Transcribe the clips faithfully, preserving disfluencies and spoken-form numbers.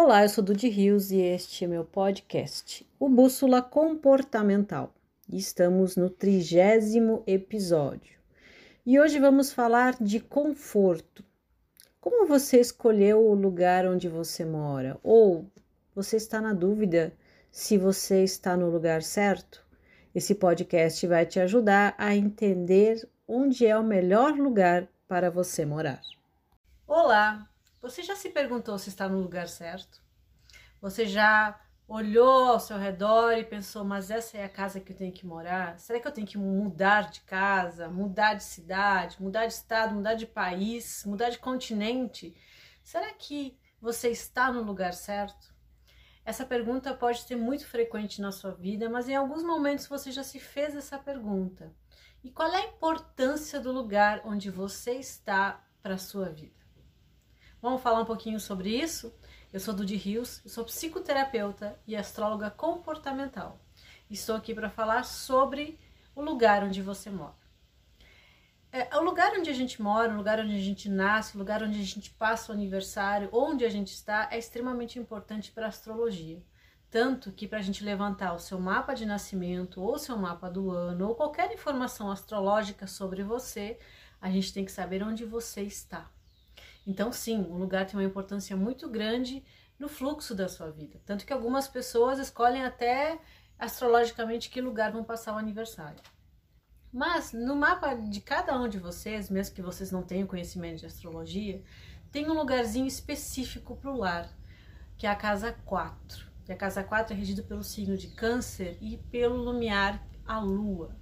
Olá, eu sou Dudy Rios e este é meu podcast, o Bússola Comportamental. Estamos no trigésimo episódio e hoje vamos falar de conforto. Como você escolheu o lugar onde você mora? Ou você está na dúvida se você está no lugar certo? Esse podcast vai te ajudar a entender onde é o melhor lugar para você morar. Olá! Você já se perguntou se está no lugar certo? Você já olhou ao seu redor e pensou, mas essa é a casa que eu tenho que morar? Será que eu tenho que mudar de casa, mudar de cidade, mudar de estado, mudar de país, mudar de continente? Será que você está no lugar certo? Essa pergunta pode ser muito frequente na sua vida, mas em alguns momentos você já se fez essa pergunta. E qual é a importância do lugar onde você está para a sua vida? Vamos falar um pouquinho sobre isso? Eu sou Dudy Rios, eu sou psicoterapeuta e astróloga comportamental. Estou aqui para falar sobre o lugar onde você mora. É, o lugar onde a gente mora, o lugar onde a gente nasce, o lugar onde a gente passa o aniversário, onde a gente está, é extremamente importante para a astrologia. Tanto que para a gente levantar o seu mapa de nascimento, ou o seu mapa do ano, ou qualquer informação astrológica sobre você, a gente tem que saber onde você está. Então sim, o lugar tem uma importância muito grande no fluxo da sua vida. Tanto que algumas pessoas escolhem até astrologicamente que lugar vão passar o aniversário. Mas no mapa de cada um de vocês, mesmo que vocês não tenham conhecimento de astrologia, tem um lugarzinho específico para o lar, que é a casa quatro. E a casa quatro é regida pelo signo de Câncer e pelo lumiar, a lua.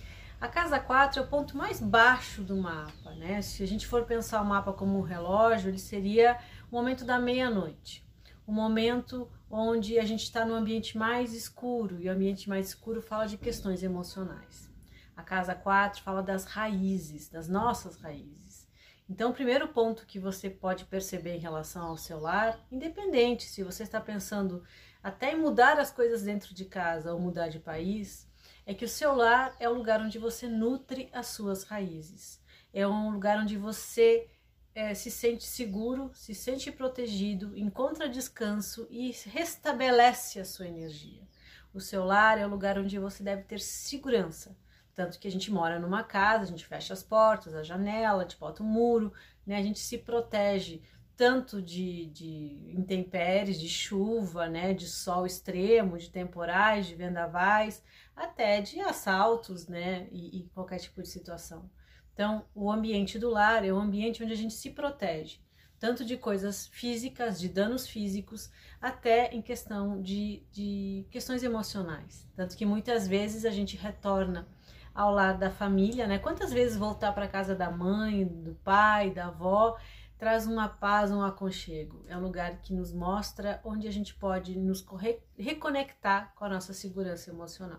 A casa quatro é o ponto mais baixo do mapa, né? Se a gente for pensar o mapa como um relógio, ele seria o momento da meia-noite. O momento onde a gente está no ambiente mais escuro, e o ambiente mais escuro fala de questões emocionais. A casa quatro fala das raízes, das nossas raízes. Então, o primeiro ponto que você pode perceber em relação ao seu lar, independente se você está pensando até em mudar as coisas dentro de casa ou mudar de país, é que o seu lar é o lugar onde você nutre as suas raízes. É um lugar onde você é, se sente seguro, se sente protegido, encontra descanso e restabelece a sua energia. O seu lar é o lugar onde você deve ter segurança. Tanto que a gente mora numa casa, a gente fecha as portas, a janela, a gente bota um muro, né? A gente se protege tanto de, de intempéries, de chuva, né, de sol extremo, de temporais, de vendavais, até de assaltos, né, e, e qualquer tipo de situação. Então, o ambiente do lar é um ambiente onde a gente se protege, tanto de coisas físicas, de danos físicos, até em questão de, de questões emocionais. Tanto que muitas vezes a gente retorna ao lar da família, né? Quantas vezes voltar para casa da mãe, do pai, da avó, traz uma paz, um aconchego. É um lugar que nos mostra onde a gente pode nos reconectar com a nossa segurança emocional.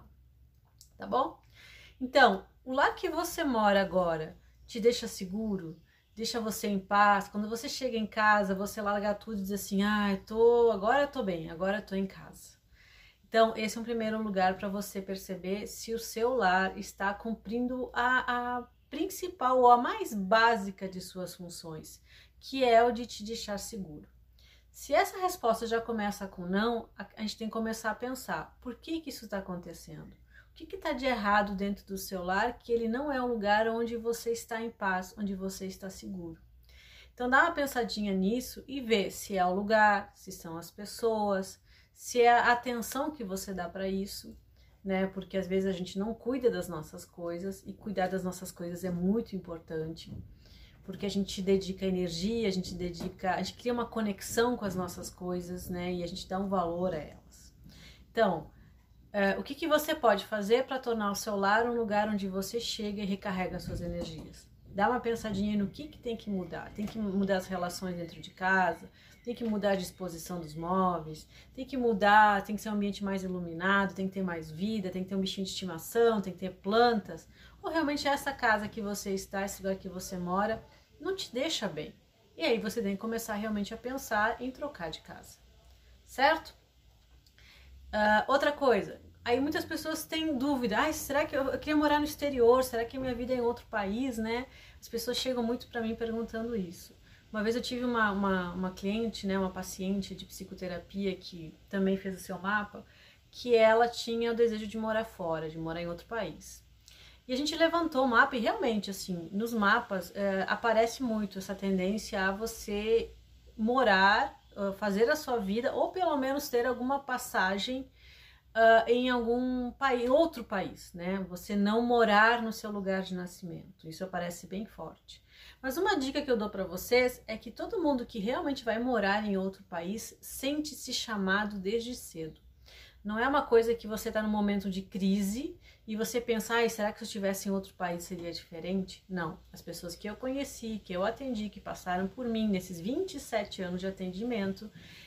Tá bom? Então, o lar que você mora agora te deixa seguro? Deixa você em paz? Quando você chega em casa, você larga tudo e diz assim, ah, tô, agora eu tô bem, agora eu tô em casa. Então, esse é um primeiro lugar para você perceber se o seu lar está cumprindo a, a principal ou a mais básica de suas funções, que é o de te deixar seguro. Se essa resposta já começa com não, a gente tem que começar a pensar, por que que isso está acontecendo? O que está de errado dentro do seu lar que ele não é um lugar onde você está em paz, onde você está seguro? Então dá uma pensadinha nisso e vê se é o lugar, se são as pessoas, se é a atenção que você dá para isso, né? Porque às vezes a gente não cuida das nossas coisas e cuidar das nossas coisas é muito importante. Porque a gente dedica energia, a gente dedica, a gente cria uma conexão com as nossas coisas, né? E a gente dá um valor a elas. Então, uh, o que, que você pode fazer para tornar o seu lar um lugar onde você chega e recarrega as suas energias? Dá uma pensadinha no que, que tem que mudar. Tem que mudar as relações dentro de casa, tem que mudar a disposição dos móveis, tem que mudar, tem que ser um ambiente mais iluminado, tem que ter mais vida, tem que ter um bichinho de estimação, tem que ter plantas. Ou realmente essa casa que você está, esse lugar que você mora, não te deixa bem. E aí você tem que começar realmente a pensar em trocar de casa. Certo? Uh, outra coisa, aí muitas pessoas têm dúvida, ah, será que eu, eu queria morar no exterior, será que a minha vida é em outro país, né? As pessoas chegam muito para mim perguntando isso. Uma vez eu tive uma, uma, uma cliente, né, uma paciente de psicoterapia que também fez o seu mapa, que ela tinha o desejo de morar fora, de morar em outro país. E a gente levantou o mapa e realmente, assim, nos mapas é, aparece muito essa tendência a você morar, fazer a sua vida, ou pelo menos ter alguma passagem uh, em algum país, outro país, né? Você não morar no seu lugar de nascimento. Isso aparece bem forte. Mas uma dica que eu dou para vocês é que todo mundo que realmente vai morar em outro país sente-se chamado desde cedo. Não é uma coisa que você está num momento de crise e você pensa, ai, será que se eu estivesse em outro país seria diferente? Não. As pessoas que eu conheci, que eu atendi, que passaram por mim nesses vinte e sete anos de atendimento,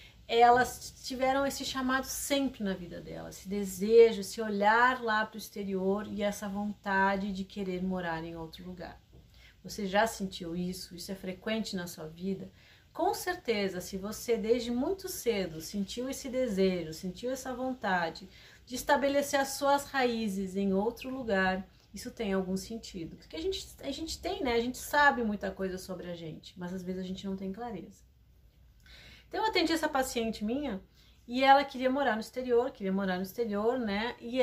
elas tiveram esse chamado sempre na vida delas, esse desejo, esse olhar lá para o exterior e essa vontade de querer morar em outro lugar. Você já sentiu isso? Isso é frequente na sua vida? Com certeza, se você desde muito cedo sentiu esse desejo, sentiu essa vontade de estabelecer as suas raízes em outro lugar, isso tem algum sentido. Porque a gente, a gente tem, né? A gente sabe muita coisa sobre a gente, mas às vezes a gente não tem clareza. Então eu atendi essa paciente minha e ela queria morar no exterior, queria morar no exterior, né? E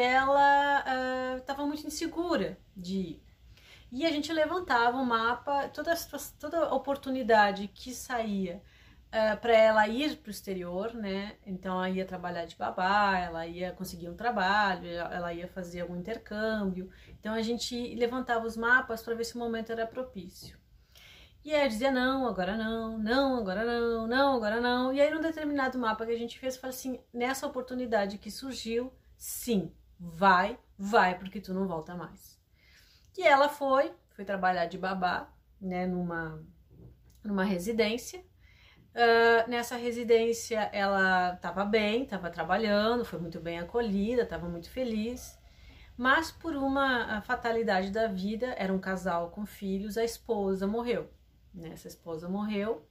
ela estava uh, muito insegura de ir. E a gente levantava o mapa, toda, toda oportunidade que saía uh, para ela ir para o exterior, né? Então ela ia trabalhar de babá, ela ia conseguir um trabalho, ela ia fazer algum intercâmbio. Então a gente levantava os mapas para ver se o momento era propício. E aí eu dizia não, agora não, não, agora não, não, agora não. E aí num determinado mapa que a gente fez, eu falei assim, nessa oportunidade que surgiu, sim, vai, vai, porque tu não volta mais. E ela foi, foi trabalhar de babá, né, numa, numa residência. Uh, nessa residência ela estava bem, estava trabalhando, foi muito bem acolhida, estava muito feliz. Mas por uma fatalidade da vida, era um casal com filhos, a esposa morreu. Né? Essa esposa morreu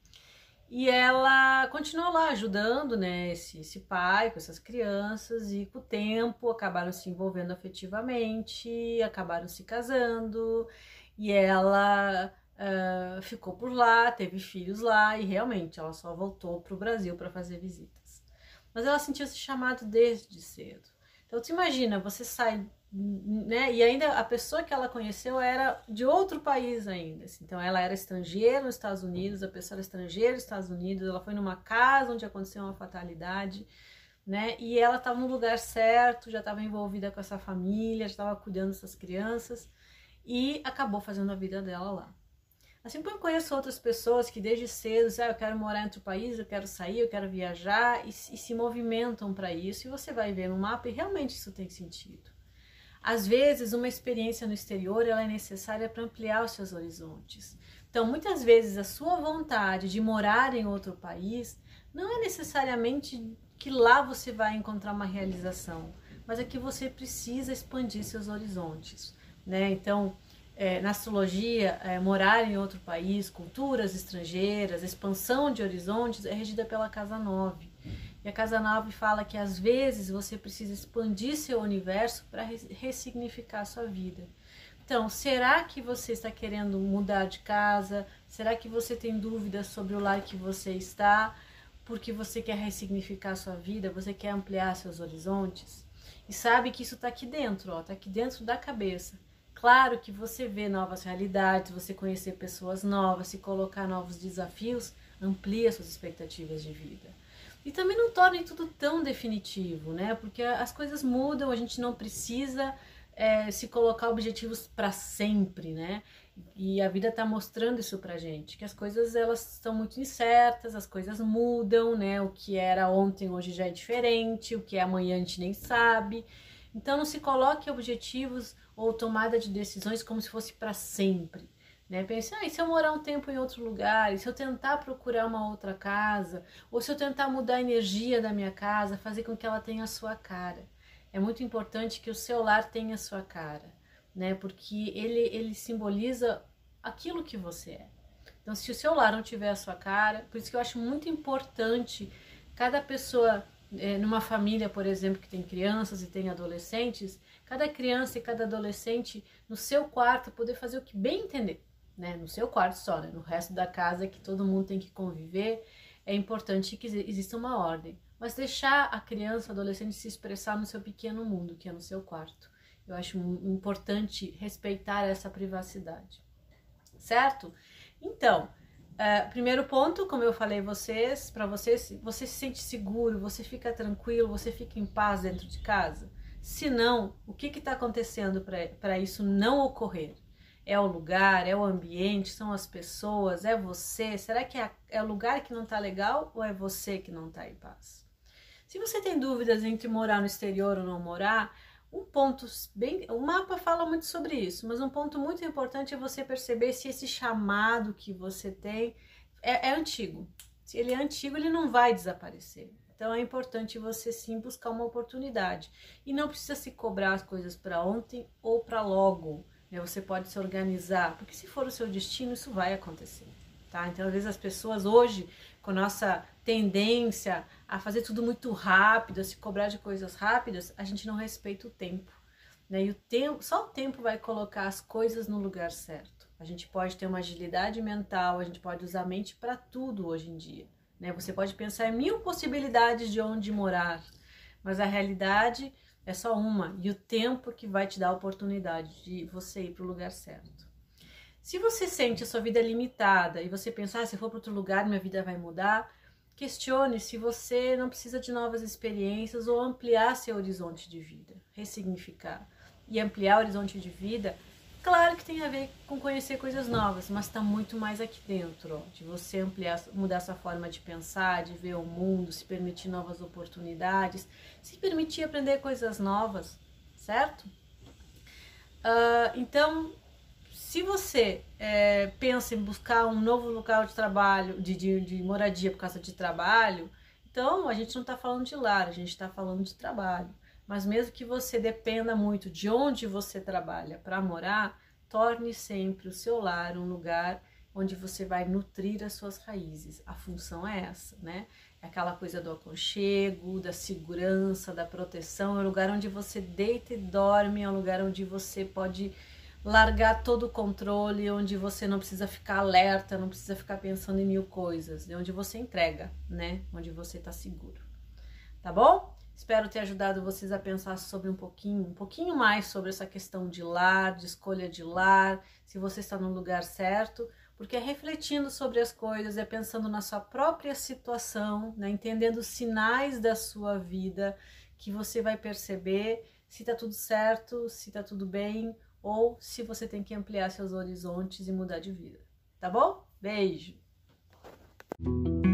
e ela continuou lá ajudando, né, esse, esse pai com essas crianças e com o tempo acabaram se envolvendo afetivamente, acabaram se casando e ela uh, ficou por lá, teve filhos lá e realmente ela só voltou para o Brasil para fazer visitas. Mas ela sentiu esse chamado desde cedo. Então você imagina, você sai, né? E ainda a pessoa que ela conheceu era de outro país ainda. Assim. Então ela era estrangeira nos Estados Unidos, a pessoa era estrangeira nos Estados Unidos, ela foi numa casa onde aconteceu uma fatalidade, né? E ela estava no lugar certo, já estava envolvida com essa família, já estava cuidando dessas crianças e acabou fazendo a vida dela lá. Assim como eu conheço outras pessoas que desde cedo dizem, ah, eu quero morar em outro país, eu quero sair, eu quero viajar e, e se movimentam para isso e você vai ver no mapa e realmente isso tem sentido. Às vezes, uma experiência no exterior ela é necessária para ampliar os seus horizontes. Então, muitas vezes, a sua vontade de morar em outro país não é necessariamente que lá você vai encontrar uma realização, mas é que você precisa expandir seus horizontes, né? Então, é, na astrologia, é, morar em outro país, culturas estrangeiras, expansão de horizontes é regida pela casa nove. E a casa nove fala que às vezes você precisa expandir seu universo para ressignificar a sua vida. Então, será que você está querendo mudar de casa? Será que você tem dúvidas sobre o lar que você está? Porque você quer ressignificar a sua vida? Você quer ampliar seus horizontes? E sabe que isso está aqui dentro, ó, está aqui dentro da cabeça. Claro que você vê novas realidades, você conhecer pessoas novas, se colocar novos desafios, amplia suas expectativas de vida. E também não torne tudo tão definitivo, né? Porque as coisas mudam, a gente não precisa é, se colocar objetivos para sempre, né? E a vida está mostrando isso pra gente, que as coisas elas estão muito incertas, as coisas mudam, né? O que era ontem hoje já é diferente, o que é amanhã a gente nem sabe. Então não se coloque objetivos ou tomada de decisões como se fosse para sempre. Né? Pense, ah, e se eu morar um tempo em outro lugar, e se eu tentar procurar uma outra casa, ou se eu tentar mudar a energia da minha casa, fazer com que ela tenha a sua cara. É muito importante que o seu lar tenha a sua cara, né? Porque ele, ele simboliza aquilo que você é. Então, se o seu lar não tiver a sua cara, por isso que eu acho muito importante cada pessoa, é, numa família, por exemplo, que tem crianças e tem adolescentes, cada criança e cada adolescente no seu quarto poder fazer o que bem entender. né? No seu quarto só, né? No resto da casa que todo mundo tem que conviver, é importante que exista uma ordem. Mas deixar a criança, o adolescente se expressar no seu pequeno mundo, que é no seu quarto. Eu acho importante respeitar essa privacidade, certo? Então, uh, primeiro ponto, como eu falei vocês, para vocês, você se sente seguro, você fica tranquilo, você fica em paz dentro de casa? Se não, o que está acontecendo para isso não ocorrer? É o lugar, é o ambiente, são as pessoas, é você? Será que é, é o lugar que não está legal ou é você que não está em paz? Se você tem dúvidas entre morar no exterior ou não morar, um ponto bem, o mapa fala muito sobre isso, mas um ponto muito importante é você perceber se esse chamado que você tem é, é antigo. Se ele é antigo, ele não vai desaparecer. Então é importante você sim buscar uma oportunidade e não precisa se cobrar as coisas para ontem ou para logo. Né? Você pode se organizar, porque se for o seu destino, isso vai acontecer. Tá? Então às vezes as pessoas hoje, com a nossa tendência a fazer tudo muito rápido, a se cobrar de coisas rápidas, a gente não respeita o tempo, né? E o tempo, só o tempo vai colocar as coisas no lugar certo. A gente pode ter uma agilidade mental, a gente pode usar a mente para tudo hoje em dia, né? Você pode pensar em mil possibilidades de onde morar, mas a realidade é só uma, e o tempo que vai te dar a oportunidade de você ir para o lugar certo. Se você sente a sua vida limitada e você pensar, ah, se eu for para outro lugar, minha vida vai mudar, questione se você não precisa de novas experiências ou ampliar seu horizonte de vida, ressignificar. E ampliar o horizonte de vida, claro que tem a ver com conhecer coisas novas, mas está muito mais aqui dentro, ó, de você ampliar, mudar sua forma de pensar, de ver o mundo, se permitir novas oportunidades, se permitir aprender coisas novas, certo? Uh, então, se você é, pensa em buscar um novo local de trabalho, de, de, de moradia por causa de trabalho, então a gente não está falando de lar, a gente está falando de trabalho. Mas mesmo que você dependa muito de onde você trabalha para morar, torne sempre o seu lar um lugar onde você vai nutrir as suas raízes. A função é essa, né? É aquela coisa do aconchego, da segurança, da proteção, é o lugar onde você deita e dorme, é um lugar onde você pode largar todo o controle, onde você não precisa ficar alerta, não precisa ficar pensando em mil coisas, é onde você entrega, né? Onde você tá seguro. Tá bom? Espero ter ajudado vocês a pensar sobre um pouquinho, um pouquinho mais sobre essa questão de lar, de escolha de lar, se você está no lugar certo, porque é refletindo sobre as coisas, é pensando na sua própria situação, né? Entendendo os sinais da sua vida, que você vai perceber se tá tudo certo, se tá tudo bem, ou se você tem que ampliar seus horizontes e mudar de vida, tá bom? Beijo!